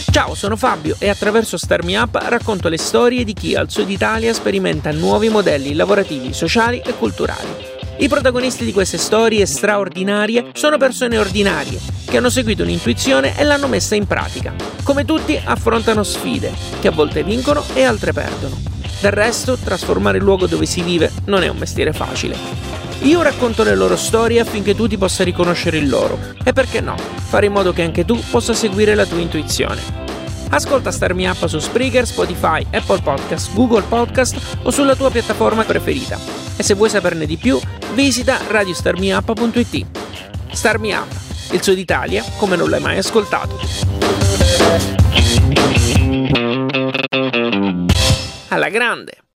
Ciao, sono Fabio e attraverso Start Me Up racconto le storie di chi al Sud Italia sperimenta nuovi modelli lavorativi, sociali e culturali. I protagonisti di queste storie straordinarie sono persone ordinarie che hanno seguito un'intuizione e l'hanno messa in pratica. Come tutti affrontano sfide che a volte vincono e altre perdono. Del resto, trasformare il luogo dove si vive non è un mestiere facile. Io racconto le loro storie affinché tu ti possa riconoscere il loro e perché no, fare in modo che anche tu possa seguire la tua intuizione. Ascolta Start Me Up su Spreaker, Spotify, Apple Podcast, Google Podcast o sulla tua piattaforma preferita. E se vuoi saperne di più, visita radiostarmeup.it. Start Me Up, il Sud Italia come non l'hai mai ascoltato. Alla grande!